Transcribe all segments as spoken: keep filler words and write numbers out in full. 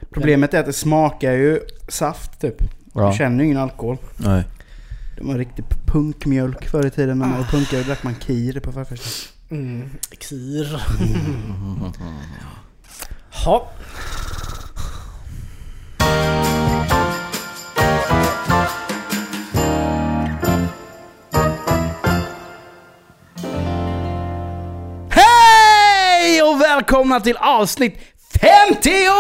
Problemet är att det smakar ju saft typ. Ja. Du känner ju ingen alkohol. Nej. Det var riktigt punkmjölk förr i tiden när man var punkare. Då drack man kir på förförsta. Mm, kir. Mm. Ha. Hej och välkomna till avsnitt femtio!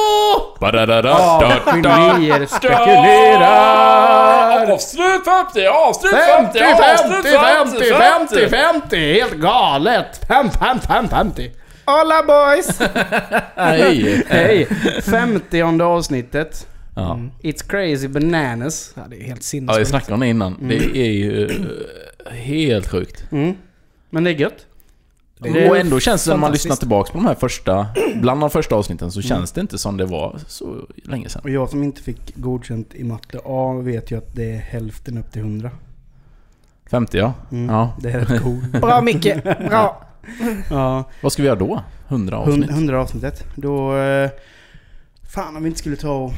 Avsnitt spekulerar. Avslut femtio, avslut femtio, femtio, femtio, femtio, femtio, femtio. Helt galet. fem, fem, fem, femtio. Hola boys! Hej. Hej. femtionde avsnittet. Ja. Mm. It's crazy bananas. Ja, det är helt Ja, vi sinnessjukt. snackade om det innan. Det är ju uh, helt sjukt. Mm. Men det är gött. Och ändå känns det när man fantastiskt. lyssnar tillbaka på de här första, bland de första avsnitten, så känns det inte som det var så länge sedan. Och jag som inte fick godkänt i matte A vet ju att det är hälften upp till hundra. femtio, ja. Mm. Ja. Det är rätt coolt. Bra Micke, bra. Ja. Vad ska vi göra då? hundra avsnitt? hundra avsnittet. Då... Eh, fan om vi inte skulle ta och...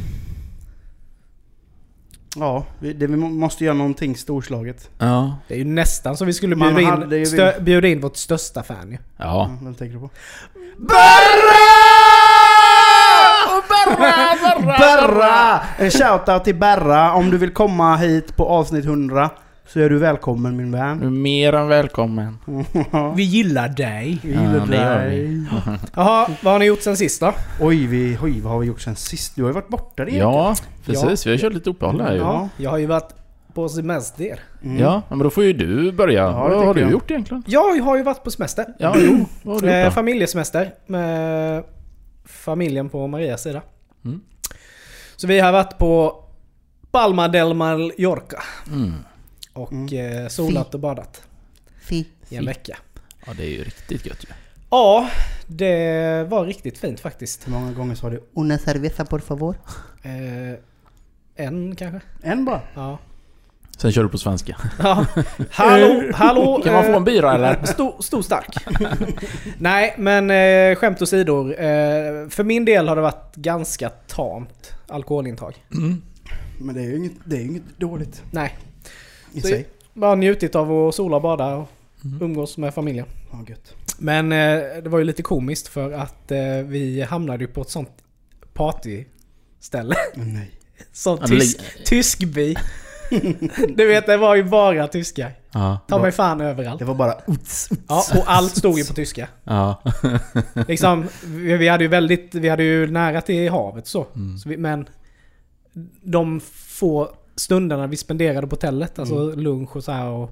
Ja, vi, det, vi måste göra någonting storslaget. Ja. Det är ju nästan så vi skulle Man bjuda hade ju in, stö, bjuda in vårt största fan ju. Ja. Ja, vem tänker du på? Barra! Berra! Berra! En shoutout till Berra. Om du vill komma hit på avsnitt hundra så är du välkommen min vän. Du är mer än välkommen. Vi gillar dig. Vi gillar Ja, det gör dig. vi. Jaha, vad har ni gjort sen sist då? Oj, vi, oj, vad har vi gjort sen sist? Du har ju varit borta det. Ja, precis. Vi har kört lite uppehåll här ju. Ja. Jag har ju varit på semester. Mm. Ja, men då får ju du börja. Ja, det Vad har tycker du jag. gjort egentligen? Jag har ju varit på semester. Ja, jo. Vad har du Eh, gjort då? familjesemester med familjen på Marias sida. Mm. Så vi har varit på Palma del Mallorca Mm. och Mm. eh, solat och badat Fi. i en vecka. Ja, det är ju riktigt gött ju. Ja, det var riktigt fint faktiskt. Hur många gånger sa du una cerveza por favor? Eh, en kanske? En bara. Ja. Sen kör du på svenska. Ja. Hallå, hallå. Kan man få en eh, bira eller? Stor, stor stark. Nej, men eh, skämt åsidor. Eh, för min del har det varit ganska tamt alkoholintag. Mm. Men det är ju inget, det är ju inget dåligt Nej, i Så- sig. bara njutit av att sola och bada och Mm. umgås med familjen. Ja, gött. Men eh, det var ju lite komiskt för att eh, vi hamnade ju på ett sånt partyställe. Men nej. Som Ja, det tysk, tyskby. Du vet, det var ju bara tyskar. Ja. Ta mig fan överallt. Det var bara uts, uts. Ja, och allt stod ju på tyska. Ja. Liksom, vi, vi hade ju väldigt, vi hade ju nära till havet så. Mm. så vi, men de få stunderna vi spenderade på hotellet, alltså Mm. lunch och så här och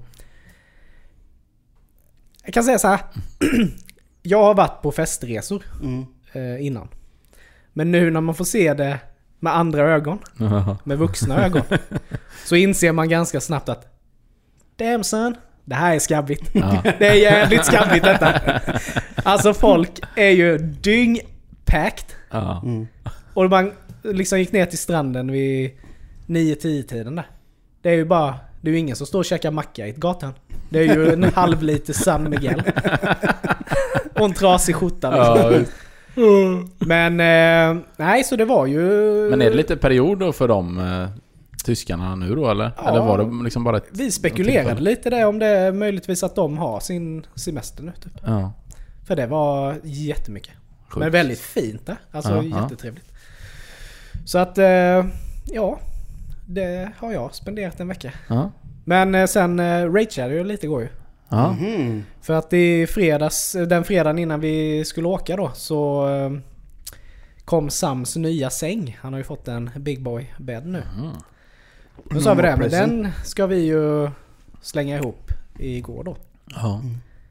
jag kan säga så här. Jag har varit på festresor Mm. eh, innan. Men nu när man får se det med andra ögon, med vuxna ögon, så inser man ganska snabbt att damn son, det här är skabbigt. Ja. Det är jävligt skabbigt detta. Alltså folk är ju dyngpacked. Ja. Mm. Och man liksom gick ner till stranden vid nio tio tiden där. Det är ju bara, det är ju ingen som står och käkar macka i ett gatan. Det är ju en halv liter San Miguel. Och en trasig skjorta. Ja. Men eh, nej, så det var ju... Men är det lite period då för de eh, tyskarna nu då eller? Ja. Eller var det liksom bara ett... Vi spekulerade lite där om det är möjligtvis att de har sin semester nu typ. Ja. För det var jättemycket. Sjukt. Men väldigt fint där. Alltså Ja, ja. jättetrevligt. Så att eh, ja, det har jag spenderat en vecka. Ja. Men eh, sen eh, rageade jag lite igår ju. Ja. Mhm. För att i fredags, den fredagen innan vi skulle åka då, så eh, kom Sams nya säng. Han har ju fått en Big Boy bed nu. Mm. Då sa vi det, men present. den ska vi ju slänga ihop igår då. Ja.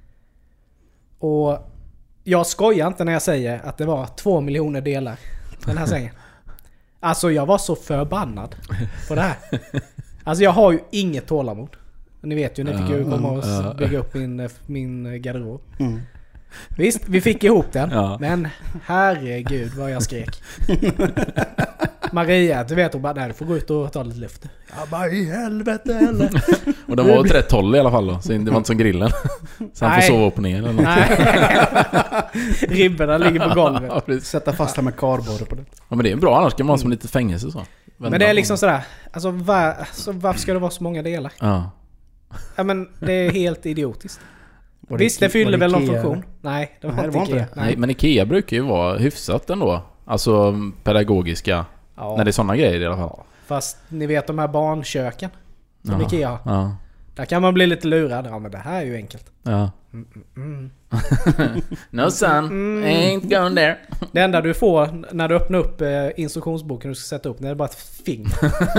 Och jag skojar inte när jag säger att det var två miljoner delar den här sängen. Alltså jag var så förbannad på det här. Alltså jag har ju inget tålamod. Ni vet ju, ni fick ju komma och bygga upp min, min garderob. Mm. Visst, vi fick ihop den. Ja. Men herregud vad jag skrek. Maria, du vet hon bara, nej du får gå ut och ta lite luft. Jag bara, i helvete eller? Och den var åt rätt håll i alla fall då. Så det var inte som grillen. Så han Nej. får sova upp och ner eller något. Nej. Ribborna ligger på golvet. Ja, precis. Sätta fast här med kardborre på det. Ja, men det är bra, annars kan man ha som lite fängelse så. Men det är liksom sådär, alltså, var, alltså varför ska det vara så många delar? Ja. Ja men det är helt idiotiskt. Var det Visst, det Ike- fyller var väl någon Ikea, funktion? eller? Nej, det var Nej, inte det var inte Ikea. det. Nej, men Ikea brukar ju vara hyfsat ändå. Alltså pedagogiska. Ja, När det är sådana grejer i alla fall. fast ni vet de här barnköken som Ja. Ikea har. Ja. Där kan man bli lite lurad. Ja men det här är ju enkelt. Ja. Mm, mm, mm. No son, ain't going there. Det enda du får när du öppnar upp eh, instruktionsboken du ska sätta upp, det är bara ett finger.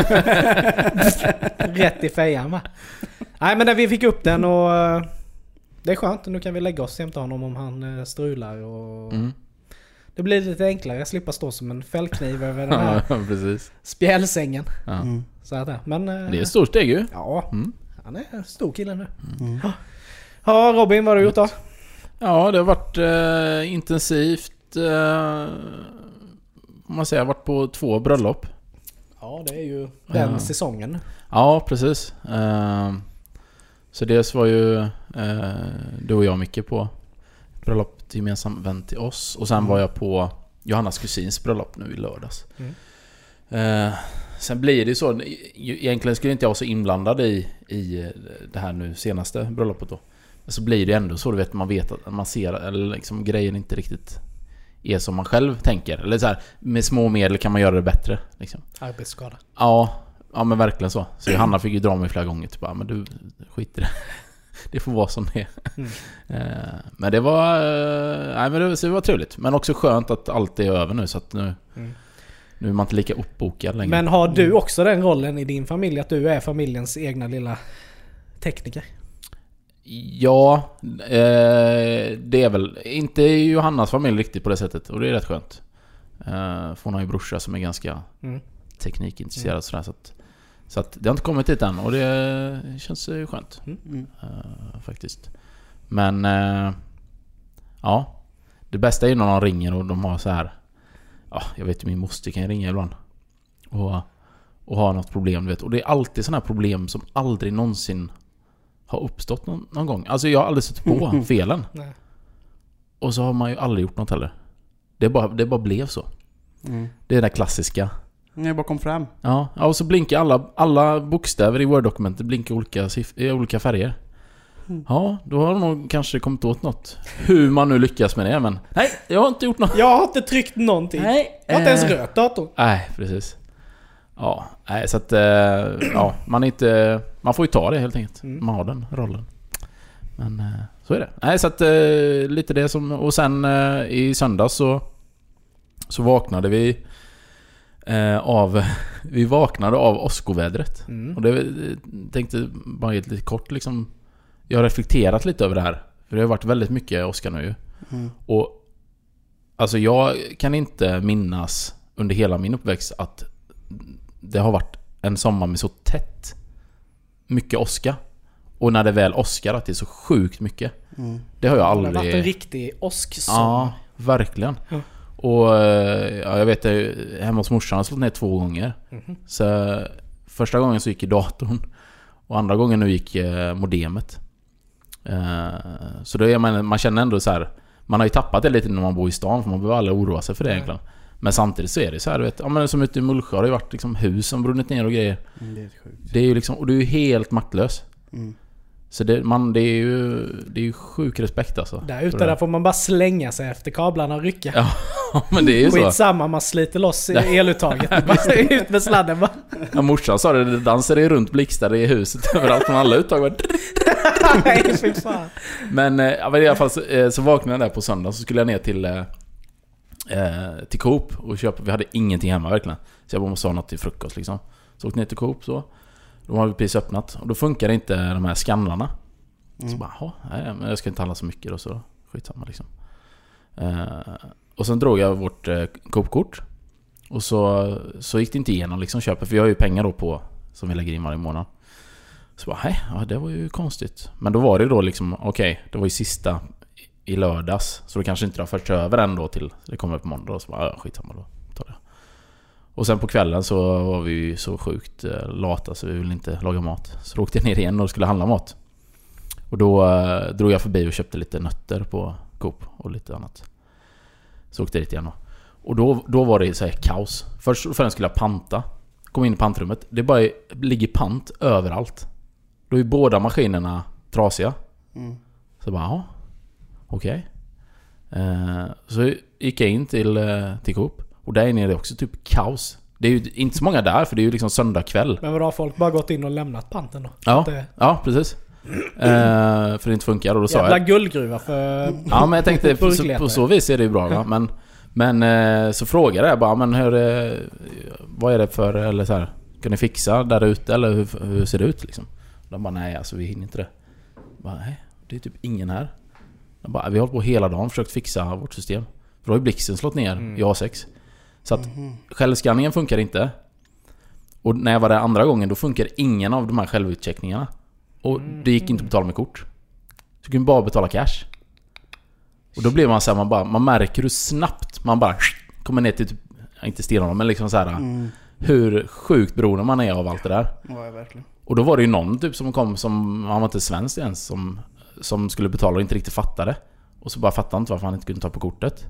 Rätt i fejan va? Nej men när vi fick upp den och eh, det är skönt. Nu kan vi lägga oss jämte honom om han eh, strular och Mm. det blir lite enklare. Jag slipper stå som en fällkniv över den här Ja, precis. spjälsängen. Ja. Mm. Så att, det- men eh, Det är ett stort steg ju. ja, Mm. han är en stor kille nu. Mm. Ja Robin, vad har du gjort då? Ja, det har varit eh, intensivt. Eh, om man säger, jag har varit på två bröllop. Ja, det är ju den Ja. säsongen nu. Ja, precis. Eh, så dels var ju eh, du och jag mycket på ett bröllop till gemensam vän till oss. Och sen Mm. var jag på Johannas kusins bröllop nu i lördags. Mm. Eh, sen blir det ju så, egentligen skulle inte jag vara så inblandad i, i det här nu senaste bröllopet då. Men så blir det ändå så, du vet, man vet att man ser, eller liksom grejen inte riktigt är som man själv tänker. Eller så här, med små medel kan man göra det bättre liksom. Arbetsskada. Ja, ja men verkligen så. Så Johanna fick ju dra mig flera gånger typ, men du, skit i det. Det får vara som det är. Mm. Eh, men det var eh, nej, men det, så det var trevligt. Men också skönt att allt är över nu, så att nu, Mm. nu är man inte lika uppbokad längre. Men har du också den rollen i din familj att du är familjens egna lilla tekniker? Ja, eh, det är väl inte Johannas familj riktigt på det sättet. Och det är rätt skönt. Eh, för hon har ju brorsa som är ganska Mm. teknikintresserad och sådär, så att, så att det har inte kommit dit än. Och det känns ju skönt. Mm. Uh, faktiskt. Men uh, ja, det bästa är ju när de ringer och de har så här. Ja, jag vet ju, min moster kan ju ringa ibland och, och ha något problem, du vet. Och det är alltid sådana här problem som aldrig någonsin har uppstått någon, någon gång. Alltså jag har aldrig sett på felen. Nej. Och så har man ju aldrig gjort något heller. Det bara, det bara blev så. Mm. Det är det klassiska. Jag bara kom fram. Ja, ja, och så blinkar alla, alla bokstäver i Word-dokumentet blinkar olika, siff- i olika färger. Mm. Ja, då har de nog kanske kommit åt något. Hur man nu lyckas med det, men nej, jag har inte gjort något. Jag har inte tryckt någonting. Nej, Jag har inte ens eh, rört datorn. Nej, precis. Ja, nej, så att eh, ja, man är inte, man får ju ta det helt enkelt. Mm. Man har den rollen. Men eh, så är det. Nej, så att eh, lite det som, och sen eh, i söndags så så vaknade vi eh, av vi vaknade av åskovädret. Mm. Och det tänkte bara helt lite kort liksom, jag har reflekterat lite över det här, för det har varit väldigt mycket åska nu. Mm. Och alltså jag kan inte minnas under hela min uppväxt att det har varit en sommar med så tätt mycket åska. Och när det väl åskar att det är så sjukt mycket. Mm. Det har jag Det har aldrig... varit en riktig åsksommar. Ja, verkligen. Ja. Och ja, jag vet, hemma hos morsan har slått ner två gånger. Mhm. Så första gången så gick datorn. Och andra gången nu gick eh, modemet. Eh, så då är man, man känner ändå så här. Man har ju tappat det lite när man bor i stan, för man behöver aldrig oroa sig för det. Nej. Egentligen. Men samtidigt så är det så här, du vet, ja, men som ute i Mullsjö har det varit liksom hus som brunnit ner och grejer. Mm, det är sjukt. Det är ju liksom, och du är ju helt maktlös. Mm. Så det, man, det är ju det är ju sjuk respekt alltså. Där ute där får man bara slänga sig efter kablarna och rycka. Ja, men det är ju så. Skitsamma, man sliter loss eluttaget. Bara ut med sladden bara. Ja, morsan sa det, det dansar det runt blixtar i huset överallt från alla uttag. Bara... Nej, fy fan. Men ja, i alla fall så, så vaknade jag där på söndag, så skulle jag ner till eh, till Coop och köpa. Vi hade ingenting hemma verkligen. Så jag bara måste ha något till frukost liksom. Så åkte ner till Coop så. De har vi precis öppnat. Och då funkar inte de här skannarna. Mm. Så bara, ja, nej, men jag ska inte handla så mycket då, så skitsamma liksom. Eh, och sen drog jag vårt eh, Coop-kort. Och så, så gick det inte igenom liksom köpet. För jag har ju pengar då på som vi lägger in varje månad. Så bara, hej, ja, det var ju konstigt. Men då var det då liksom, okej, okay, det var ju sista i lördags. Så då kanske inte det har förts över än då till det kommer på måndag. Och så bara, ja, skitsamma då, tar det. Och sen på kvällen så var vi ju så sjukt eh, lata så vi ville inte laga mat. Så då åkte jag ner igen och skulle handla mat. Och då eh, drog jag förbi och köpte lite nötter på Coop och lite annat. Så åkte jag dit igen då. Och då, då var det så här kaos. Först och främst skulle jag panta. Kom in i pantrummet. Det bara ligger pant överallt. Då är båda maskinerna trasiga. Mm. Så bara, ja, okej. Okay. Eh, så gick jag in till, eh, till Coop. Och där inne är det också typ kaos. Det är ju inte så många där, för det är ju liksom söndag kväll. Men vadå, har folk bara gått in och lämnat panten då? Ja, det... ja precis. eh, för det inte funkar. Och då sa Jävla jag... guldgruva för... Ja, men jag tänkte, på så, på så vis är det ju bra, va? Men, men eh, så frågade jag bara, men hur, eh, vad är det för, eller så här, kan ni fixa där ute, eller hur, hur ser det ut liksom? De bara, nej, alltså vi hinner inte det. Jag bara, nej, det är typ ingen här. Jag bara, vi har hållit på hela dagen och försökt fixa vårt system. För då har ju blixten slått ner mm. i A sex. Så att mm. självskanningen funkar inte. Och när jag var där andra gången, då funkar ingen av de här självutcheckningarna. Och mm. det gick inte att betala med kort. Så du kunde bara betala cash. Och då blir man så här, man bara, man märker hur snabbt man bara kommer ner till typ, inte stenarna, men liksom så här mm. hur sjukt beroende man är av allt det där. Ja, verkligen. Och då var det ju någon typ som kom, som han var inte svensk ens, som, som skulle betala och inte riktigt fattade. Och så bara fattade inte varför han inte kunde ta på kortet.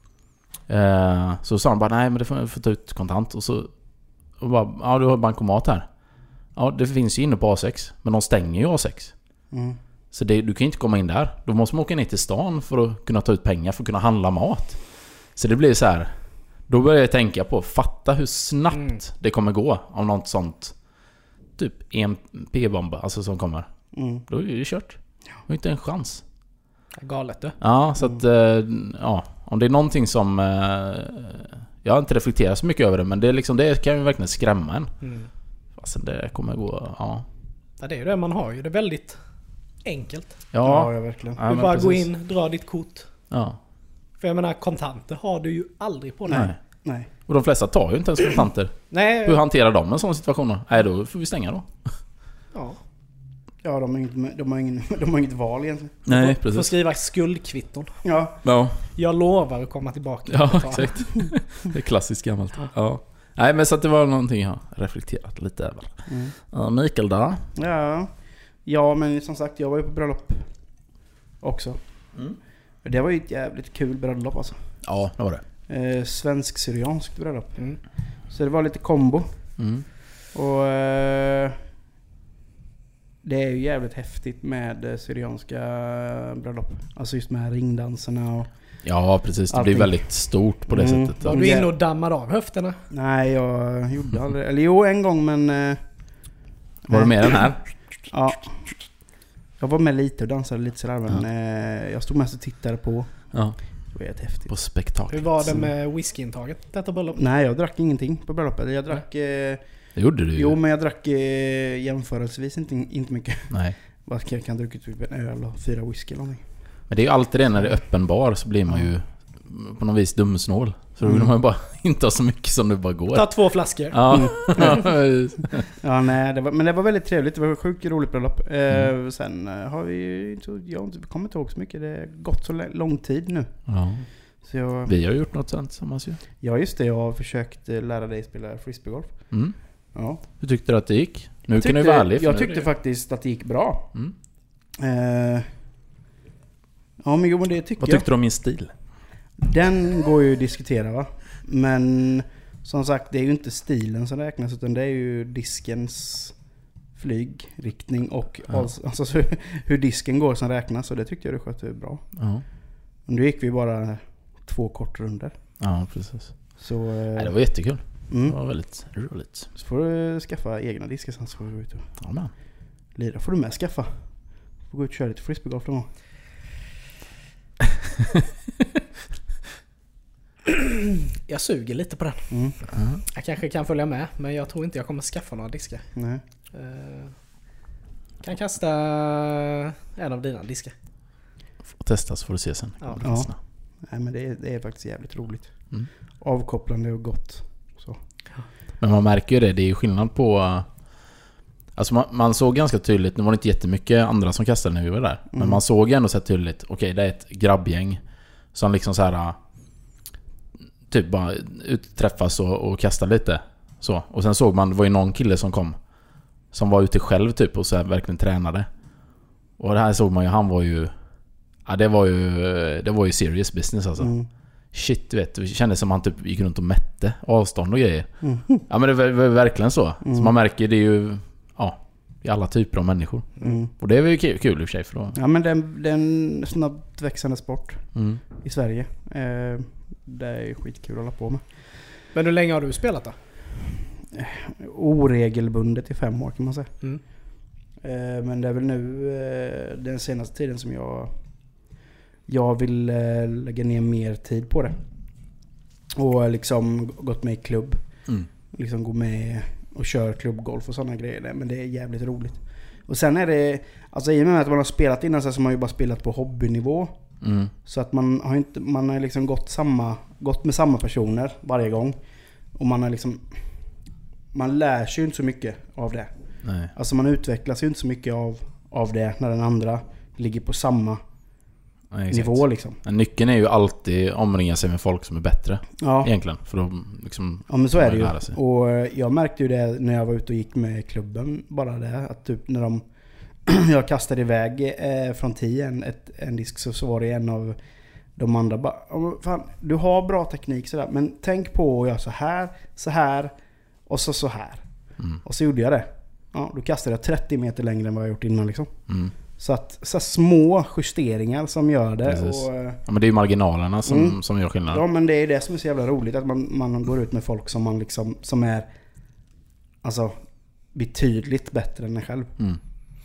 Eh, så sa han bara, nej men det får, får ta ut kontant. Och så och bara, ja du har bankomat här. Ja, det finns ju inne på A sex, men de stänger ju A sex. Mm. Så det, du kan ju inte komma in där. Då måste man åka ner till stan för att kunna ta ut pengar, för att kunna handla mat. Så det blir så här. Då börjar jag tänka på, fatta hur snabbt mm. det kommer gå om något sånt. Typ en P-bomba, alltså som kommer. Mm. Då är det ju kört. Det har inte en chans. Galet du. Ja, så att ja, om det är någonting som jag har inte reflekterat så mycket över det, men det är liksom, det kan ju verkligen skrämma en. Mm. Alltså det kommer gå, ja. Ja, det är ju det man har ju, det är väldigt enkelt. Ja, ja verkligen. Du ja, bara gå in, dra ditt kort. Ja. För jag menar, kontanter har du ju aldrig på dig. Nej. Nej. Och de flesta tar ju inte ens kontanter. Nej. Hur hanterar de en sån situation? Nej, då får vi stänga då. Ja. Ja, de har inget, de har ingen, de har inget val egentligen. Nej, precis. Får skriva skuldkvitton. Ja. Ja. Jag lovar att komma tillbaka. Ja, exakt. Det är klassiskt gammalt. Ja. Nej, men så att det var någonting jag reflekterat lite över. Mm. Ja, Mikael då? Ja. Ja, men som sagt, jag var ju på bröllop också. Mm. Det var ju ett jävligt kul bröllop alltså. Ja, det var det. Eh, svensk-syrianskt bröllop. Mm. Så det var lite kombo. Mm. Och eh, det är ju jävligt häftigt med syrianska bröllop. Alltså just med ringdanserna och... Ja, precis. Det allting. Blir väldigt stort på det mm. sättet. Var du inne och dammade av höfterna? Nej, jag gjorde aldrig... Eller jo, en gång, men... Eh, var du med den här? Ja. Jag var med lite och dansade lite sådär, men ja. eh, jag stod mest och tittade på. Ja. Det var jättehäftigt. På spektakel. Hur var det med whiskyintaget detta bröllop? Nej, jag drack ingenting på bröllopet. Jag drack... Eh, det gjorde du ju. Jo, men jag drack eh, jämförelsevis inte, inte mycket. Nej. Bara kan jag dricka typ en öl och fyra whisky eller någonting. Men det är ju alltid det, när det är öppen bar så blir man ju på något vis dumsnål. Så då vill mm. man bara inte ha så mycket som det bara går. Ta två flaskor. Ja, mm. ja nej, det var, men det var väldigt trevligt. Det var ett sjukt roligt bröllop. Mm. Eh, sen har vi, jag kommer inte ihåg så mycket. Det har gått så lång tid nu. Ja. Så jag, vi har gjort något sånt tillsammans ju. Ja, just det. Jag har försökt lära dig spela frisbeegolf. Mm. Ja. Hur tyckte du att det gick? Nu tyckte, kan du vara ärlig. Jag tyckte faktiskt att det gick bra. Mm. Eh, ja, men jo, men det tycker Vad tyckte jag. du om min stil? Den går ju att diskutera, va? Men som sagt, det är ju inte stilen som räknas, utan det är ju diskens flygriktning och ja. alltså, alltså hur disken går som räknas, och det tyckte jag du skötte bra. Ja. Men då gick vi bara två kortrunder. Ja, precis. Så, Nej, det var jättekul. Mm. Det var väldigt roligt. Så får du skaffa egna diskar sen, så får du gå ut och ja, men. lira. Får du med skaffa. Får gå ut och köra lite frisbeegolf någon gång. Jag suger lite på den. Mm. Uh-huh. Jag kanske kan följa med, men jag tror inte jag kommer skaffa några diskar. Nej. Uh, kan kasta en av dina diskar. Får testa så får du se sen. Ja. Ja. Nej, men det är, det är faktiskt jävligt roligt. Mm. Avkopplande och gott. Så. Men man märker ju det. Det är ju skillnad på... Alltså man, man såg ganska tydligt, nu var det inte jättemycket andra som kastade när vi var där. Mm. Men man såg ändå så tydligt, okej, okay, det är ett grabbgäng som liksom så här typ bara ut, träffas och, och kasta lite. Så. Och sen såg man, det var ju någon kille som kom. Som var ute själv typ och så här, verkligen tränade. Och det här såg man ju, han var ju... Ja, det var ju, det var ju serious business alltså. Mm. Shit, du vet, det kändes som han typ gick runt och mätte avstånd och grejer. Mm. Ja, men det var, var verkligen så. Mm. Så man märker, det är ju... Ja, i alla typer av människor. Mm. Och det är väl kul, kul i och för sig. För då. Ja, men det är, det är en snabbt växande sport mm. i Sverige. Eh, det är skitkul att hålla på med. Men hur länge har du spelat då? Eh, oregelbundet i fem år kan man säga. Mm. Eh, men det är väl nu eh, den senaste tiden som jag jag vill eh, lägga ner mer tid på det. Och liksom gått med i klubb. Mm. Liksom gå med och kör klubbgolf och sådana grejer. Men det är jävligt roligt. Och sen är det, alltså i och med att man har spelat innan så har man ju bara spelat på hobbynivå. Mm. Så att man har inte, man har liksom gått samma, gått med samma personer varje gång. Och man har liksom, man lär sig ju inte så mycket av det. Nej. Alltså man utvecklas ju inte så mycket av, av det när den andra ligger på samma Nej, nivå liksom. Men nyckeln är ju alltid omringa sig med folk som är bättre. Ja. Egentligen. För då liksom... Ja, men så är det ju. Och jag märkte ju det när jag var ute och gick med klubben. Bara det. Att typ när de... jag kastade iväg eh, från tio en, ett, en disk så, så var det en av de andra bara... Fan, du har bra teknik sådär. Men tänk på att göra så här, så här och så så här. Mm. Och så gjorde jag det. Ja, då kastade jag trettio meter längre än vad jag gjort innan liksom. Mm. Så att så små justeringar som gör det. Och, ja, men det är ju marginalerna som, mm. som gör skillnad. Ja, men det är det som är så jävla roligt. Att man, man går ut med folk som man liksom, som är alltså betydligt bättre än en själv. Mm.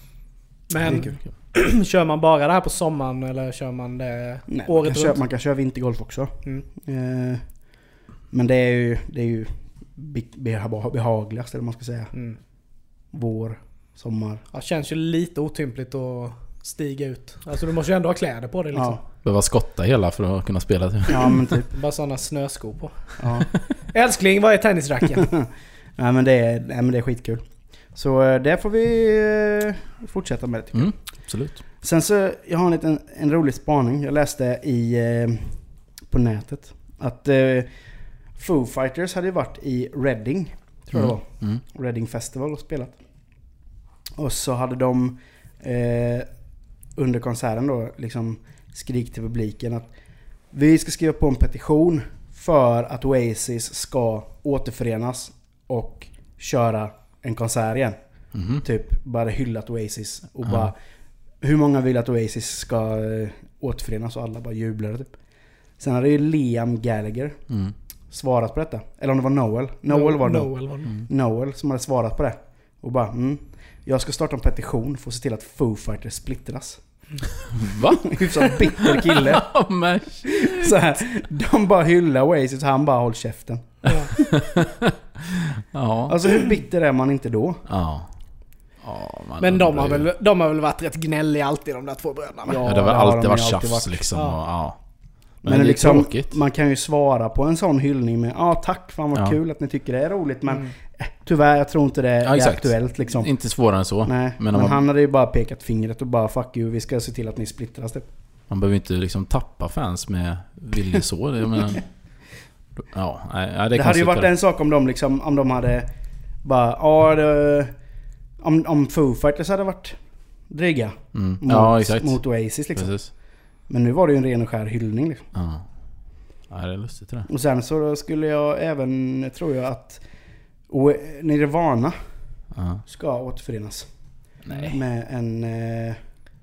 Men kör man bara det här på sommaren eller kör man det Nej, året man kan, köra, man kan köra vintergolf också. Mm. Eh, men det är ju, det är ju behagligast eller man ska säga. Mm. Vår, sommar. Ja, känns ju lite otympligt att stiga ut. Alltså du måste ju ändå ha kläder på dig liksom. Ja. Behöva skotta hela för att kunna spela. Ja, men typ. Bara sådana snöskor på. Ja. Älskling, vad är tennisracken? Nej, men det är, nej, men det är skitkul. Så det får vi fortsätta med det. Mm, absolut. Sen så, jag har en liten en rolig spaning. Jag läste i på nätet att eh, Foo Fighters hade varit i Reading, tror jag mm. det var. Mm. Reading Festival och spelat. Och så hade de eh, under konserten då liksom skrikit till publiken att vi ska skriva på en petition för att Oasis ska återförenas och köra en konsert igen. Mm. Typ bara hyllat Oasis och mm. bara hur många vill att Oasis ska eh, återförenas och alla bara jublar typ. Sen hade ju Liam Gallagher mm. svarat på detta. Eller om det var Noel. Noel var det. Noel, var det. Mm. Noel som hade svarat på det. Och bara, mm, jag ska starta en petition för att se till att Foo Fighters splittras. Va? Hyfsat bitter kille. Så här, de bara hyllar Oasis och han bara håll käften. Ja. Ja. Alltså hur bitter är man inte då? Ja. Ja, men de har, väl, de har väl varit rätt gnälliga alltid, de där två bröderna. Ja, ja, det har alltid varit tjafs liksom. Ja. Och, ja. Men, men liksom, man kan ju svara på en sån hyllning med ja, tack, fan vad ja. kul att ni tycker det är roligt. Men mm. eh, tyvärr, jag tror inte det är ja, aktuellt liksom. Inte svårare än så. Nej, men, men man... han hade ju bara pekat fingret och bara fuck you, vi ska se till att ni splittras typ. Man behöver inte liksom tappa fans med vilje så. Det, men... ja, nej, det, det hade ju varit en sak om de liksom, om de hade bara, ja det, om, om Foo Fighters hade varit dryga mm. mot, ja, exakt. mot Oasis liksom. Precis. Men nu var det ju en ren och skär hyllning liksom. Ja. Ja, det är lustigt det. Och sen så skulle jag även, tror jag att Nirvana uh-huh. ska återförenas. Nej. Med en eh,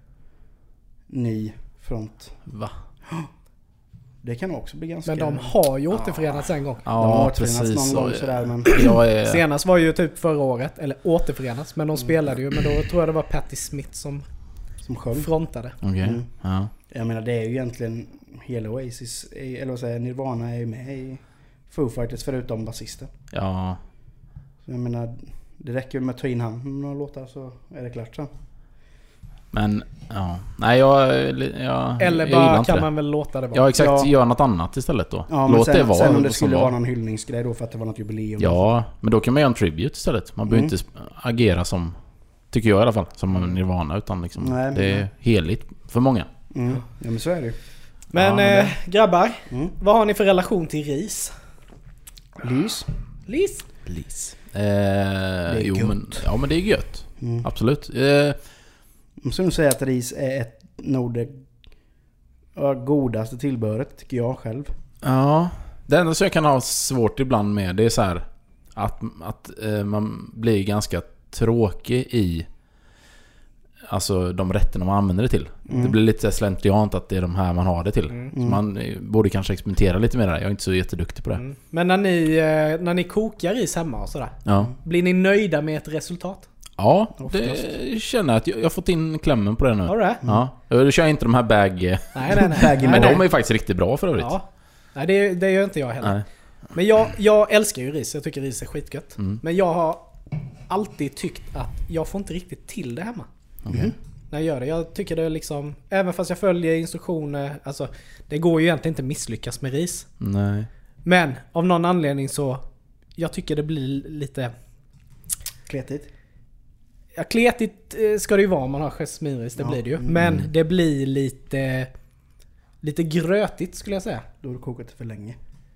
ny front. Va? Det kan också bli ganska... Men de har ju återförenats ja. en gång. Ja, de har återförenats precis. någon gång sådär, men... jag är... Senast var ju typ förra året, eller återförenats, men de spelade ju, men då tror jag det var Patti Smith som, som sjöng. frontade. Okej, okay. mm. ja. Jag menar, det är ju egentligen hela Oasis, eller vad säger Nirvana är ju med i Foo Fighters förutom basisten. Ja. Så jag menar, det räcker med att ta in han några låtar så är det klart så. Men, ja. Nej, jag, jag Eller jag bara kan det. Man väl låta det vara. Ja, exakt. Ja. Gör något annat istället då. Ja, låt sen, det vara. Sen om det skulle vara någon hyllningsgrej då för att det var något jubileum. Ja, men då kan man göra en tribute istället. Man behöver mm. inte agera som, tycker jag i alla fall, som Nirvana, utan liksom, Nej, det är heligt för många. Mm. Ja, men så är det ju. Men, Ja, men eh, grabbar, Mm. vad har ni för relation till ris? Lys. Lis? Lis. Eh, jo, gött. men, ja, men det är gött. Mm. Absolut. Eh, Jag måste nog säga att ris är ett nog det ja, godaste tillbehöret, tycker jag själv. ja. Det enda som jag kan ha svårt ibland med, det är så här att, att eh, man blir ganska tråkig i alltså de rätterna man använder det till. Mm. Det blir lite slentriant att det är de här man har det till. Mm. Så man eh, borde kanske experimentera lite med det där. Jag är inte så jätteduktig på det. Mm. Men när ni, eh, när ni kokar ris hemma och sådär, Ja. blir ni nöjda med ett resultat? Ja, Oftast. det känner jag att jag, jag har fått in klämmen på det nu. Har du det? Ja, jag kör inte de här bag... Nej, nej, nej. Baggy nej, Men nej. de är ju faktiskt riktigt bra för övrigt. Ja. Nej, det, det gör inte jag heller. Nej. Men jag, jag älskar ju ris. Jag tycker ris är skitgött. Mm. Men jag har alltid tyckt att jag får inte riktigt till det hemma. Okej. När jag gör det. Jag tycker det är liksom... Även fast jag följer instruktioner... Alltså, det går ju egentligen inte misslyckas med ris. Nej. Men av någon anledning så... Jag tycker det blir lite... Kletigt. Ja, kletigt eh, ska det ju vara om man har jasminris. Det Ja. blir det ju. Mm. Men det blir lite... Lite grötigt skulle jag säga. Då har du kokat det för länge.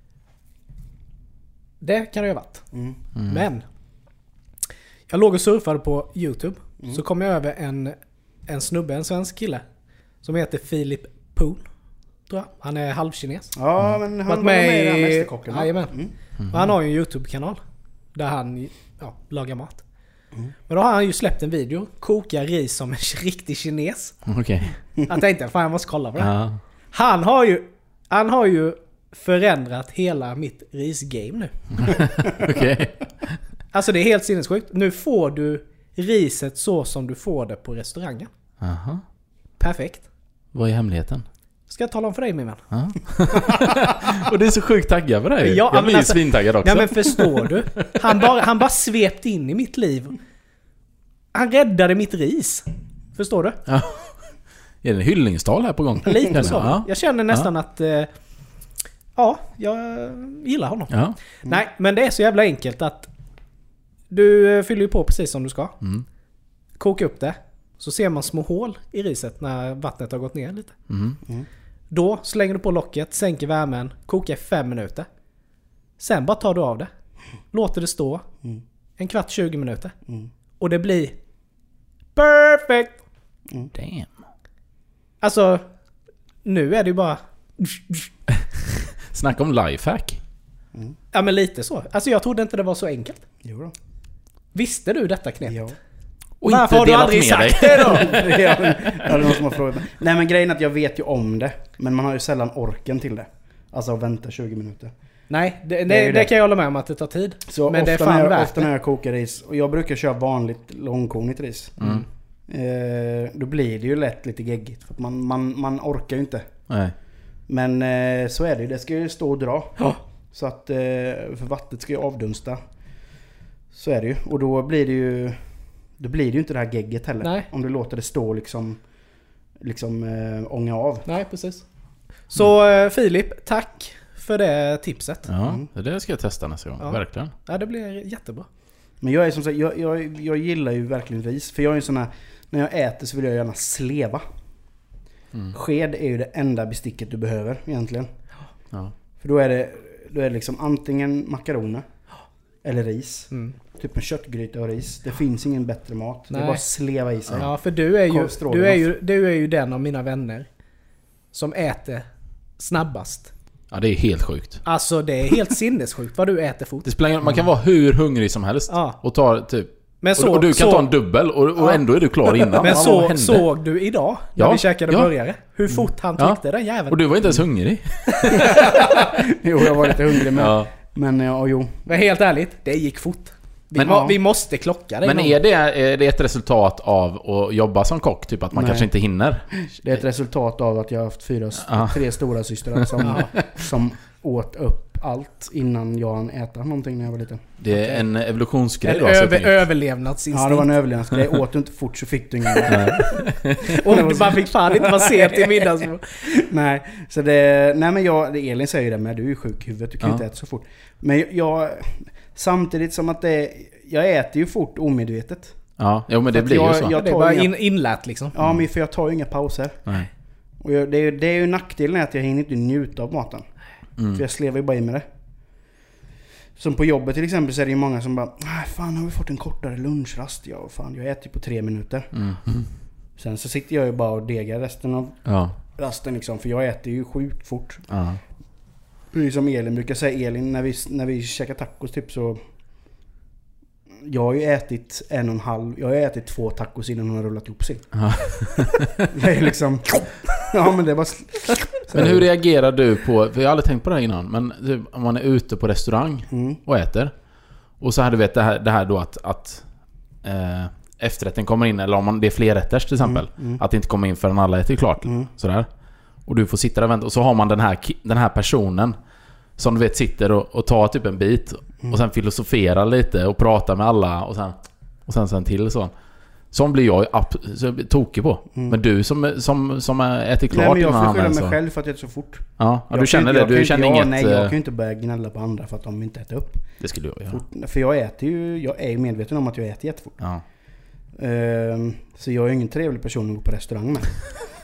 Det kan det ju ha varit. Mm. Mm. Men jag låg och surfade på YouTube. Mm. Så kom jag över en, en snubbe, en svensk kille, som heter Philip Poon, tror jag. Han är halvkines. Ja, men han Varit var med med i den i- Mästerkocken. va? Jajamän. Mm. Och han har ju en YouTube-kanal där han ja, lagar mat. Mm. Men då har han ju släppt en video. Kokar ris som en riktig kines. Okej. Jag tänkte, fan jag måste kolla på det. Ja. Han har ju, han har ju förändrat hela mitt risgame nu. Okej. Alltså det är helt sinnessjukt. Nu får du riset så som du får det på restaurangen. Aha. Perfekt. Vad är hemligheten? Ska jag tala om för dig min vän? Ja. Och det är så sjukt taggad på det här. Ja, Jag men blir ju alltså- svintaggad också. Ja men förstår du? Han bara, han bara svept in i mitt liv. Han räddade mitt ris. Förstår du? Ja. Är det en hyllningstal här på gång? Lite så. Ja. Jag känner nästan att... Eh, ja, jag gillar honom. Ja. Nej, men det är så jävla enkelt att... Du eh, fyller ju på precis som du ska. Mm. Koka upp det. Så ser man små hål i riset när vattnet har gått ner lite. Mm. Då slänger du på locket, sänker värmen, kokar i fem minuter. Sen bara tar du av det. Låter det stå Mm. en kvart, tjugo minuter. Mm. Och det blir perfect! Damn. Alltså, nu är det ju bara... Snacka om lifehack. Ja men lite så. Alltså jag trodde inte det var så enkelt. Jo då. Visste du detta knep? Ja. Och Varför inte har du delat aldrig med sagt dig. det då? Ja, det är någon som har frågat mig. Nej men grejen är att jag vet ju om det. Men man har ju sällan orken till det. Alltså att vänta tjugo minuter. Nej, det, det, Det är ju det det. kan jag hålla med om att det tar tid. Så men det är ofta, fan när jag, värt ofta det. när jag kokar ris. Och jag brukar köra vanligt långkornigt ris. Mm. Eh, då blir det ju lätt lite geggigt. För att man, man, man orkar ju inte. Nej. Men eh, så är det ju. Det ska ju stå och dra. Ja. Så att eh, för vattnet ska ju avdunsta. Så är det ju. Och då blir det ju då blir det ju inte det här gegget heller. Nej. Om du låter det stå liksom liksom eh, ånga av. Nej, precis. Så eh, Filip, tack för det tipset. Ja, Mm. det ska jag testa nästa gång. Ja. Verkligen. Ja, det blir jättebra. Men jag är som sagt, jag, jag, jag gillar ju verkligen ris. För jag är ju sån här, när jag äter så vill jag gärna sleva. Mm. Sked är ju det enda besticket du behöver egentligen. Ja. För då är det, då är det liksom antingen makaroner eller ris. Mm. Typ en köttgryta och ris. Det finns ingen bättre mat. Det Nej. är bara att sleva i sig. Ja, för du är, ju, Korvstroganoff. du, är ju, du är ju den av mina vänner som äter snabbast. Ja, det är helt sjukt. Alltså det är helt sinnessjukt vad du äter fort. Det spelar ingen, man kan vara hur hungrig som helst Ja. och ta typ Men så, och, och du kan så, ta en dubbel och, och Ja. ändå är du klar innan. Men Vad så, hände? såg du idag när Ja, vi käkade ja. burgare? Hur fort han Ja. tryckte den jäveln. Och du var inte ens hungrig. Jo, jag var lite hungrig med. Ja. Men ja, jo. Men helt ärligt, det gick fort. Vi, Men- må, ja. vi måste klocka det. Men någon- är det, är det ett resultat av att jobba som kock? Typ att man Nej. kanske inte hinner? Det är ett resultat av att jag har haft fyra, Ja. tre stora systrar som, som åt upp allt innan jag hann äta någonting när jag var liten. Det är Okej. en evolutionsgrej En då, så jag över, tänker. överlevnadsinstinkt. Ja, det var en överlevnadsgrej. Åt du inte fort så fick du ingen. Och man fick fan inte vara sent till middags. Nej, så det, nej men jag, det, Elin säger det med, du är ju sjuk i huvudet, du kan ju Ja. inte äta så fort. Men jag, samtidigt som att det, jag äter ju fort omedvetet. Ja, jo, men det För att blir ju jag- så. jag- Det är tar bara inga- in, inlät liksom. Ja, men för jag tar ju inga pauser. Nej. Och jag, det, är, det är ju nackdelen att jag hinner inte njuta av maten. Mm. För jag slevar ju bara i med det. Som på jobbet till exempel så är det ju många som bara nej fan har vi fått en kortare lunchrast? Ja fan jag äter ju på tre minuter. Mm. Mm. Sen så sitter jag ju bara och degar resten av ja. rasten liksom. För jag äter ju sjukt fort. Ja. Precis som Elin brukar säga, Elin när vi, när vi käkar tacos typ så jag har ju ätit en och en halv jag har ätit två tacos innan hon har rullat ihop sig. Ja. Det är liksom ja men det var men hur reagerar du på, för jag har aldrig tänkt på det här innan, men typ, om man är ute på restaurang mm. och äter och så hade du vet det här, det här då att, att eh, efterrätten kommer in, eller om man, det är fler rätters till exempel, mm. Mm. att det inte kommer in förrän alla äter klart mm. sådär. Och du får sitta där och vänta, och så har man den här, den här personen som du vet sitter och, och tar typ en bit mm. och sen filosoferar lite och pratar med alla och sen, och sen, sen till så. Som blir jag up, tokig på. Mm. Men du som, som, som äter klart. Nej, men jag får skylla mig så. själv för att jag äter så fort. Ja, ja du känner det. Du kan, känner jag, inget... Nej, jag kan ju inte börja gnälla på andra för att de inte äter upp. Det skulle jag göra. Fort, för jag äter ju... Jag är medveten om att jag äter jättefort. Ja. Um, så jag är ingen trevlig person att gå på restaurang med.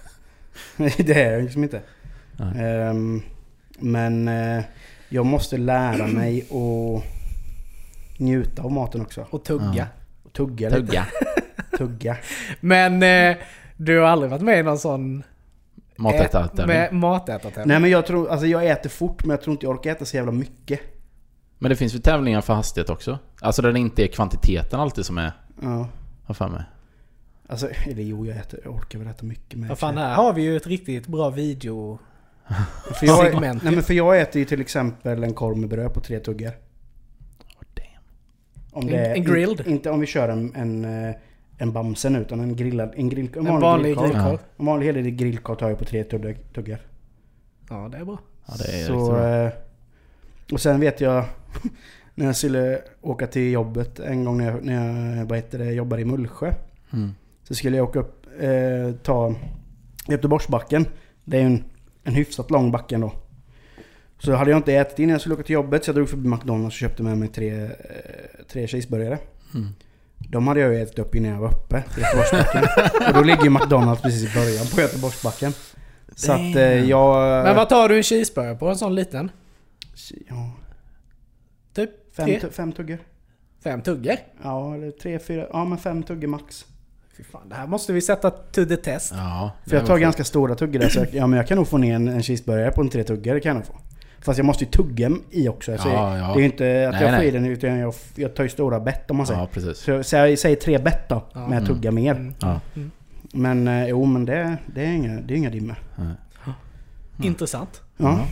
Det är jag liksom inte. Um, men uh, jag måste lära mig att njuta av maten också. Och tugga. Ja. Och tugga, tugga. lite. Tugga. Men eh, du har aldrig varit med i någon sån matätartävling? Matätartävling? Nej men jag tror, alltså jag äter fort men jag tror inte jag orkar äta så jävla mycket. Men det finns ju tävlingar för hastighet också. Alltså där det inte är kvantiteten alltid som är... Ja. Vad fan med? Alltså, eller jo jag, äter, jag orkar väl äta mycket med. Vad fan, här har vi ju ett riktigt bra video för jag, segment. Nej men för jag äter ju till exempel en korv med bröd på tre tuggar. Oh, damn. Om det en, är, en grilled? Inte, inte om vi kör en... en En bamsen utan en grillad en grill en, en vanlig grillkorv. Ja. En vanlig helig grillkorv tar jag på tre tuggar. Ja, det är bra. Ja, det är så eh, och sen vet jag när jag skulle åka till jobbet en gång när jag när jag vad heter det, jobbade i Mullsjö. Mm. Så skulle jag åka upp eh, ta Göteborgsbacken. Det är en en hyfsat lång backe ändå. Så hade jag inte ätit innan jag skulle åka till jobbet så jag drog förbi McDonald's och köpte med mig tre eh, tre cheeseburgare. Mm. De hade jag ju ätit upp innan jag var uppe i Göteborgsbacken. Och då ligger ju McDonald's precis i början på Göteborgsbacken. Så att eh, jag... Men vad tar du en cheeseburger på en sån liten? Ja. Typ fem, t- fem tuggar. Fem tuggar? Ja, eller tre, fyra. Ja, men fem tuggar max. Fy fan, det här måste vi sätta to the test. Ja, för jag tar för... ganska stora tuggar där. Så jag, ja, men jag kan nog få ner en, en cheeseburgare på en tre tuggar. Det kan jag nog få. Fast jag måste ju tugga i också. Så ja, ja. Det är ju inte att nej, jag får nej. i den utan jag, jag tar ju stora bett om man säger. Ja, precis. Så, så jag säger tre bett då. Ja. Men jag tuggar mm. mer. Mm. Ja. Mm. Men eh, jo, men det, det är inga, det är inga dimmer. Mm. Intressant. Ja. Mm.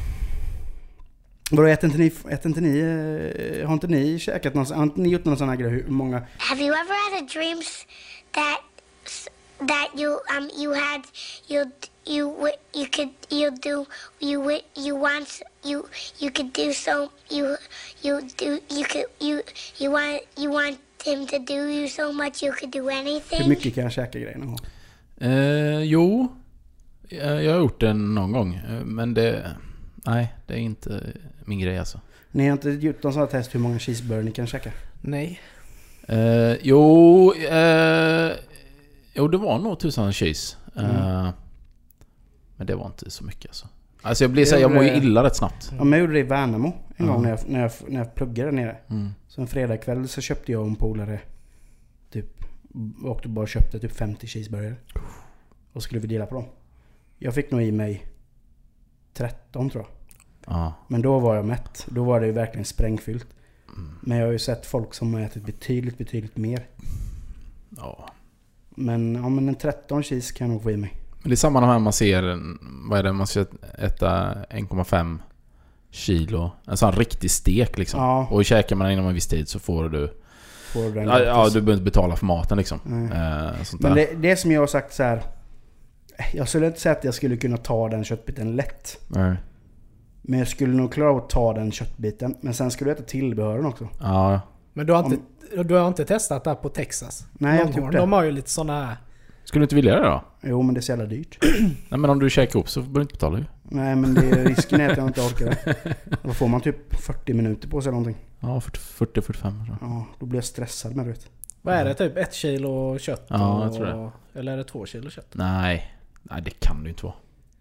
Vadå, äter inte ni, äter inte ni, har inte ni käkat någon, har inte ni gjort någon sån här grej? Hur många? Have you ever had a dreams that that you um you had you you you could you do you you want you you could do so you you do you could you you want you want him to do you so much you could do anything? Hur mycket kan jag käka grejer någon gång? Eh, jo, jag har gjort det någon gång, men det nej, det är inte min grej alltså. Ni har inte gjort någon sån här test hur många cheeseburger ni kan käka? Nej. Eh, jo, eh, jo, det var nog tusen cheese. Mm. Uh, men det var inte så mycket alltså. Alltså jag blir så jag mår ju illa rätt snabbt. Ja, men jag gjorde det i Värnamo en mm. gång när jag, när jag, när jag pluggade där nere. Mm. Så en fredagkväll så köpte jag en polare typ, åkte bara och köpte typ femtio cheeseburgare. Och skulle vi dela på dem. Jag fick nog i mig tretton tror jag. Ah. Men då var jag mätt. Då var det ju verkligen sprängfyllt. Mm. Men jag har ju sett folk som har ätit betydligt, betydligt mer. Ja. Men, ja, men en tretton cheese kan jag nog få i mig. Men det är samma när man ser, vad är det, man ska äta en komma fem kilo. En sån riktig stek liksom. Ja. Och käkar man inom en viss tid så får du... Får du ja, ja, du behöver inte betala för maten liksom. Mm. Eh, sånt men där. Det, det som jag har sagt så här. Jag skulle inte säga att jag skulle kunna ta den köttbiten lätt. Mm. Men jag skulle nog klara av att ta den köttbiten. Men sen skulle jag äta tillbehören också. Ja. Men du har inte... Om, Du har inte testat där på Texas? Nej, jag har gjort det. De har ju lite såna här... Skulle du inte vilja det då? Jo, men det är så jävla dyrt. Nej, men om du käkar upp så behöver du inte betala ju. Nej, men det är risken är att jag inte orkar det. Då får man typ fyrtio minuter på sig eller någonting. Ja, fyrtio till fyrtiofem. Ja, då blir jag stressad med det. Vad är det? Typ ett kilo kött? Ja, och, jag tror det. Eller är det två kilo kött? Nej, nej det kan det ju inte vara.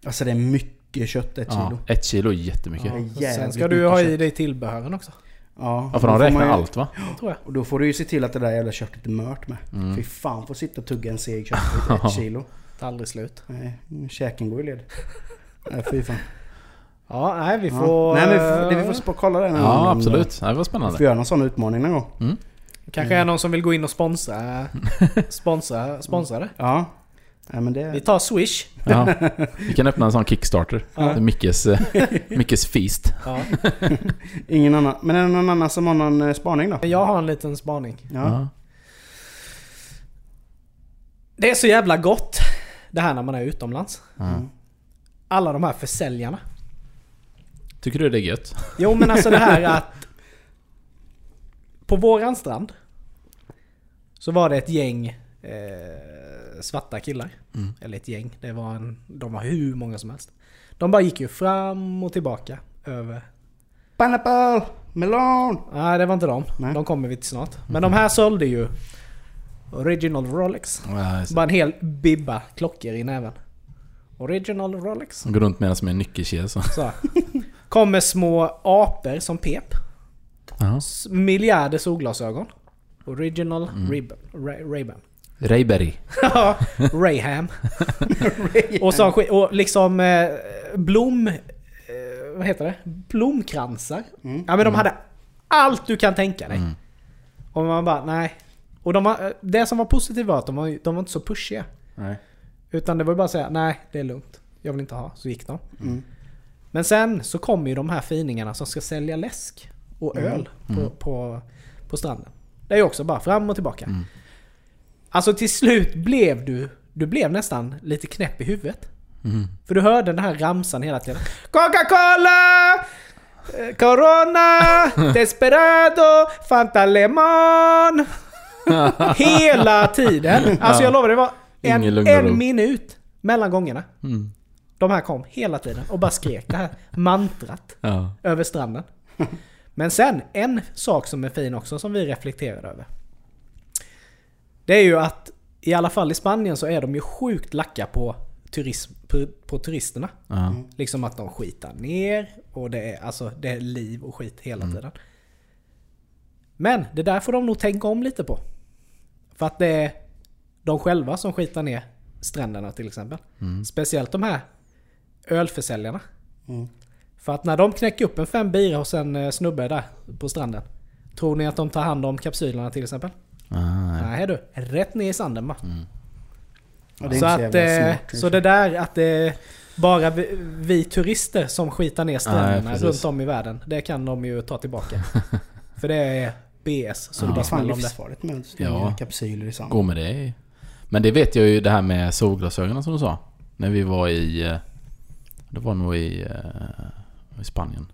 Alltså det är mycket kött, ett Ja, kilo. ett kilo är jättemycket. Ja. Ja. Sen ska Jävligt du ha mycket i kött. dig tillbehören också. Ja, Ja, för då de får räknar man ju- allt va? Tror jag. Och då får du ju se till att det där jävla köttet är mört med. Mm. Fy fan, får sitta och tugga en seg köttbit, ett kilo. Det är aldrig slut. Nej, käken går i led. Nej, fy fan. Ja, nej vi Ja. får... Nej, men vi får, det vi får spå- kolla det någon gång. Ja, absolut. Det var Vi får spännande. göra någon sån utmaning någon gång. Mm. Kanske är någon som vill gå in och sponsra. Sponsra, sponsra det. Ja. Nej, men det... Vi tar Swish. Ja. Vi kan öppna en sån Kickstarter. Ja. Det är Mickes, eh, Mickes feast. Ja. Ingen annan. Men är det någon annan som har någon eh, spaning då? Jag har en liten spaning. Ja. Ja. Det är så jävla gott det här när man är utomlands. Ja. Alla de här försäljarna. Tycker du det är gött? Jo men alltså det här att på våran strand så var det ett gäng eh, svarta killar. Mm. Eller ett gäng. Det var en, de var hur många som helst. De bara gick ju fram och tillbaka över. Pineapple! Melon! Nej det var inte de. Nej. De kommer vi till snart. Men de här sålde ju Original Rolex. Ja, just det. Bara en hel bibba klockor i näven. Original Rolex. De går runt med den som en nyckelkedja så. Så. Kommer små apor som pep. Ja. S- Miljarder solglasögon. Original mm. Ray-Ban. Ray- Ray-Ban. Rayberry. Ja, Rayham. och, så, sk- och liksom eh, blom... Eh, vad heter det? Blomkransar. Mm. Ja men de hade allt du kan tänka dig. Mm. Och man bara, nej. Och de var, det som var positivt var att de var, de var inte så pushiga. Nej. Utan det var ju bara att säga, nej det är lugnt. Jag vill inte ha. Så gick de. Mm. Men sen så kommer ju de här finingarna som ska sälja läsk och öl Mm. på, på, på stranden. Det är ju också bara fram och tillbaka. Mm. Alltså till slut blev du, du blev nästan lite knäpp i huvudet. Mm. För du hörde den här ramsan hela tiden. Coca-Cola! eh, Corona! Desperado! Fanta Lemon! Hela tiden. Alltså jag lovar, det var en, Ingen lugn och ro. en minut mellan gångerna. Mm. De här kom hela tiden och bara skrek det här mantrat Ja. över stranden. Men sen, en sak som är fin också som vi reflekterar över. Det är ju att i alla fall i Spanien så är de ju sjukt lacka på turism, på, på turisterna. Ja. Liksom att de skitar ner och det är, alltså, det är liv och skit hela Mm. tiden. Men det där får de nog tänka om lite på. För att det är de själva som skitar ner stränderna till exempel. Mm. Speciellt de här ölförsäljarna. Mm. För att när de knäcker upp en fem bira hos en eh, snubbe där på stranden. Tror ni att de tar hand om kapsylerna till exempel? Ah, nej. Nej du, rätt ner i sanden bara. Mm. Ja, det är Så, inte att, jävla eh, smart, så det där att det är bara vi, vi turister som skitar ner Nej, stränderna precis. runt om i världen. Det kan de ju ta tillbaka. För det är B S. Så Ja. det Det bara är fan smäller om det. livsfarligt med Ja. kapsyler i sand. Gå med det. Men det vet jag ju, det här med solglasögonen som du sa. När vi var i... eh, Det var nog i, eh, i Spanien.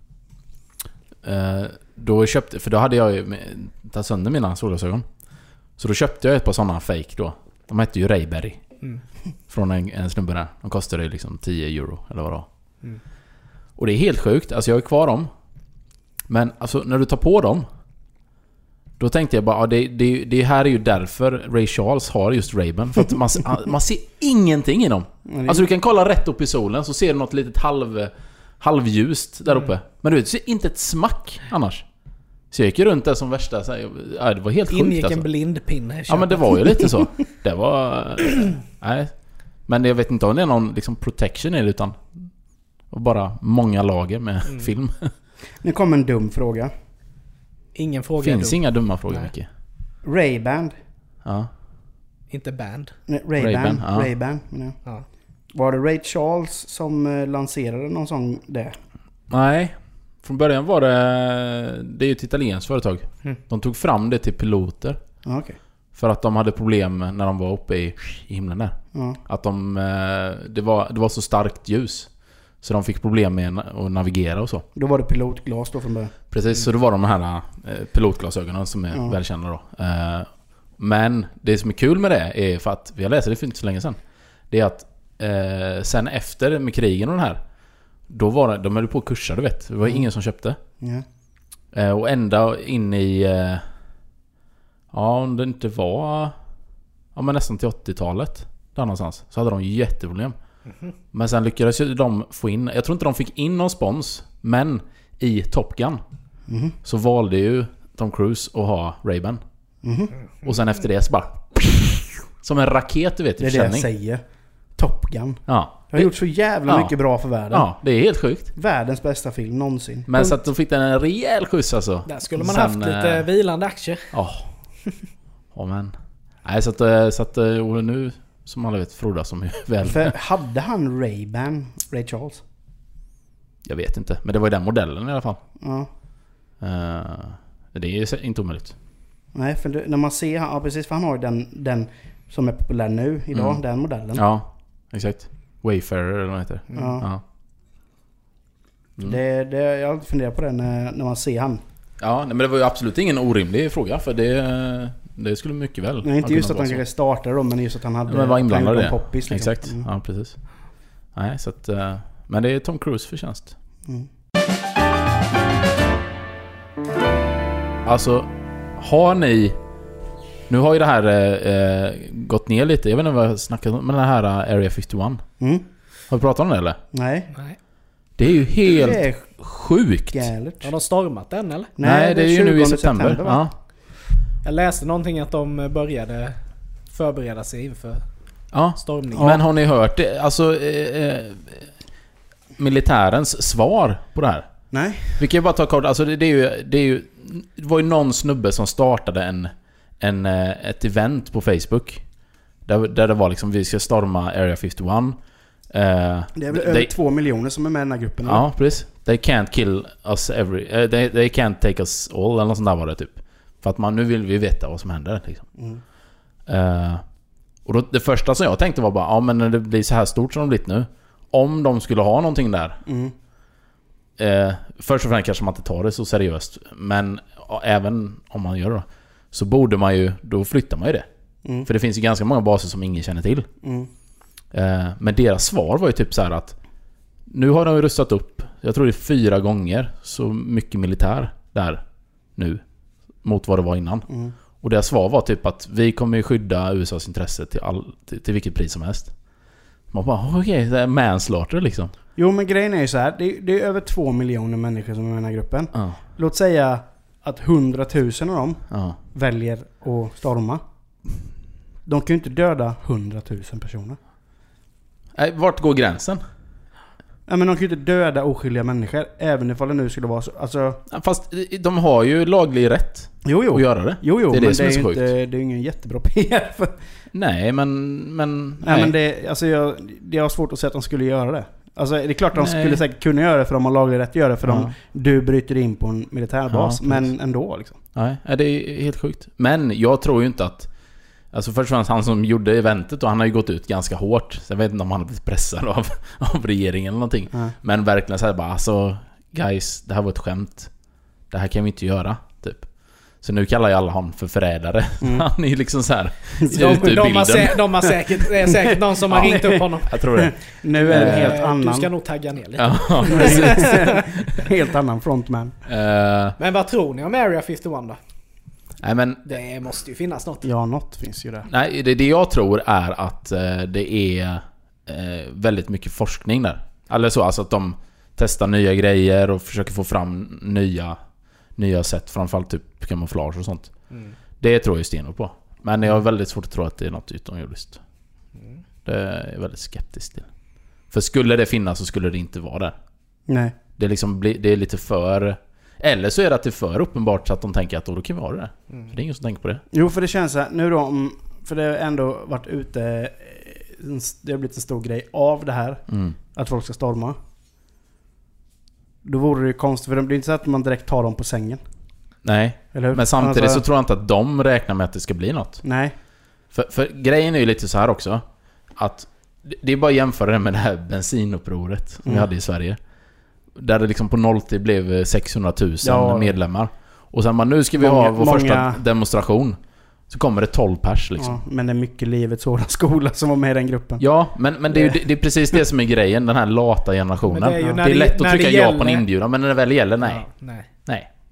Eh, Då köpte... För då hade jag ju med- tagit sönder mina solglasögon. Så då köpte jag ett par sådana fake då. De hette ju Rayberry. Mm. Från en, en snubbe där. De kostade ju liksom tio euro eller vad det var. Mm. Och det är helt sjukt. Alltså jag har ju kvar dem. Men alltså när du tar på dem, då tänkte jag bara, ja, det, det, det här är ju därför Ray Charles har just Ray-Ban. För att man, man ser ingenting i dem. Ja, det- Alltså du kan kolla rätt upp i solen så ser du något litet halv, halvljust där uppe. Men du vet, du ser inte ett smack annars. Så jag gick ju runt där som värsta så här, ja, det var helt sjukt Ingick alltså. en blindpinne i Ja men det köpet. var ju lite så. Det var... Nej. Men jag vet inte om det är någon liksom protection i det, utan och bara många lager med Mm. film. Nu kommer en dum fråga. Ingen fråga Finns är dum. inga dumma frågor Nej. mycket. Ray-Ban. Ja. Inte band. Nej, Ray-Ban. Ray-Ban, ja. Ray-Ban, menar jag. Ja. Var det Ray Charles som eh, lanserade någon sån där? Nej. Från början var det... Det är ju ett italienskt företag. Mm. De tog fram det till piloter. Ja, okej. För att de hade problem när de var uppe i, i himlen där. Ja. Att de... eh, Det var, det var så starkt ljus. Så de fick problem med att navigera och så. Då var det pilotglas då från början. Precis, så det var de här eh, pilotglasögonen som är Ja. välkända då. Eh, men det som är kul med det är för att, vi har läst det för inte så länge sedan. Det är att eh, sen efter med krigen och den här, då var det, de höll på att kursa, du vet. Det var Mm. ingen som köpte. Ja. Eh, och ända in i... Eh, ja, om det inte var... Ja, men nästan till åttiotalet. Där någonstans. Så hade de jätteproblem. Mm-hmm. Men sen lyckades ju de få in, jag tror inte de fick in någon spons, men i Top Gun mm-hmm. så valde ju Tom Cruise att ha Ray-Ban. Mm-hmm. Och sen efter det så bara som en raket, du vet, i det är det jag säger. Top Gun. Ja. Jag har gjort så jävla ja. mycket bra för världen. Ja, det är helt sjukt. Världens bästa film någonsin. Men så att de fick den en rejäl skjuts alltså. Där skulle man sen, haft lite äh... vilande aktier. Ja. Ja men. Nej, så att, så att och nu som alla vet frodas som väl. För hade han Ray-Ban, Ray Charles? Jag vet inte, men det var ju den modellen i alla fall. Ja. Uh, det är ju inte omöjligt. Nej, för det, när man ser ja precis, för han har ju den den som är populär nu idag, mm. den modellen. Ja, exakt. Wayfarer eller vad heter det. Mm. Ja. Mm. Det, det, jag har alltid funderat på det när, när man ser han. Ja, nej, men det var ju absolut ingen orimlig fråga, för det, det skulle mycket väl. Nej, inte just att han kanske startade då, men just att han hade... Ja, men var inblandad i det. Poppis, liksom. Exakt, mm. ja precis. Nej, så att, men det är Tom Cruise förtjänst. Mm. Alltså, har ni... Nu har ju det här eh, gått ner lite. Jag vet inte vad jag snackar om, men den här Area femtioett. Mm. Har vi pratat om det eller? Nej. Nej. Det är ju helt är sjukt. Galet. Har de stormat den eller? Nej, Nej det är ju nu i september. september ja. Jag läste någonting att de började förbereda sig inför ja. stormningen. Men har ni hört det? Alltså eh, militärens svar på det här? Nej. Vi kan ju bara ta kort. Alltså det, det är ju det är ju det var ju någon snubbe som startade en en ett event på Facebook där där det var liksom vi ska storma Area femtioett. Uh, det är väl över they, två miljoner som är med i den här gruppen. Ja, eller? Precis. They can't kill us every... Uh, they, they can't take us all, eller något sånt där var det typ. För att man, nu vill vi veta vad som händer liksom. Mm. Uh, och då, det första som jag tänkte var bara, ja men när det blir så här stort som det blivit nu, om de skulle ha någonting där, mm. uh, först och främst kanske man inte tar det så seriöst, men uh, även om man gör det, så borde man ju, då flyttar man ju det. Mm. För det finns ju ganska många baser som ingen känner till. Mm. Men deras svar var ju typ så här att nu har de rustat upp, jag tror det är fyra gånger så mycket militär där nu mot vad det var innan. Mm. Och deras svar var typ att vi kommer ju skydda U S A:s intresse till, all, till, till vilket pris som helst. Man bara, okej, okay, det är manslaughter liksom. Jo, men grejen är ju så här, det är, det är över två miljoner människor som är i den här gruppen. Uh. Låt säga att hundratusen av dem uh. väljer att storma. De kan ju inte döda hundratusen personer. Nej, vart går gränsen? Ja, men de kan ju inte döda oskyldiga människor, även ifall det nu skulle vara så. Alltså... Fast de har ju laglig rätt jo, jo. att göra det. Jo, jo, det är men det som det är, är så ju inte, det är ingen jättebra P R för... Nej, men... men nej, nej. men det, alltså jag, det har svårt att säga att de skulle göra det. Alltså det är klart att de nej. skulle säkert kunna göra det, för de har laglig rätt att göra det, för ja. de, du bryter in på en militärbas, ja, men ändå liksom. Nej, det är helt sjukt. Men jag tror ju inte att... Alltså först och främst han som gjorde eventet, och han har ju gått ut ganska hårt. Så jag vet inte om han har blivit pressad av, av regeringen eller någonting. Mm. Men verkligen så här bara, alltså guys, det här var ett skämt. Det här kan vi inte göra, typ. Så nu kallar jag alla han för förrädare. Mm. Han är ju liksom så här de, de, de, har sä- de har säkert, det är säkert någon som har ringt upp honom. Jag tror det. Nu är det helt uh, annan. Du ska nog tagga ner lite. Ja, precis. Helt annan frontman. Uh, Men vad tror ni om Area femtioett då? Nej, men, det måste ju finnas något. Ja, något finns ju där. Nej, det, det jag tror är att eh, det är eh, väldigt mycket forskning där. Eller så, alltså att de testar nya grejer och försöker få fram nya nya sätt, framförallt typ kamouflage och sånt. Mm. Det tror jag stenhårt på. Men jag har väldigt svårt att tro att det är något utomjordiskt. Mm. Det är jag väldigt skeptisk till. För skulle det finnas så skulle det inte vara där. Nej. Det är liksom det är lite för... Eller så är det att det är för uppenbart så att de tänker att då, då kan vi ha det där. Mm. För det är ingen som tänker på det. Jo, för det känns så här, nu då, för det har ändå varit ute, det har blivit en stor grej av det här, mm. att folk ska storma. Då vore det ju konstigt, för det blir inte så att man direkt tar dem på sängen. Nej, men samtidigt alltså, så tror jag inte att de räknar med att det ska bli något. Nej. För, för grejen är ju lite så här också, att det är bara att jämföra det med det här bensinupproret som mm. vi hade i Sverige. Där det liksom på nolltid blev sexhundratusen ja. medlemmar. Och sen bara, nu ska vi många, ha vår många... första demonstration. Så kommer det tolv pers liksom. Ja, men det är mycket Livets Hårda Skola som var med i den gruppen. Ja, men, men det, är ju, det är precis det som är grejen. Den här lata generationen. Det är, ja. det är lätt att trycka ja på en inbjudan, men när det väl gäller, nej. Ja, nej. Nej.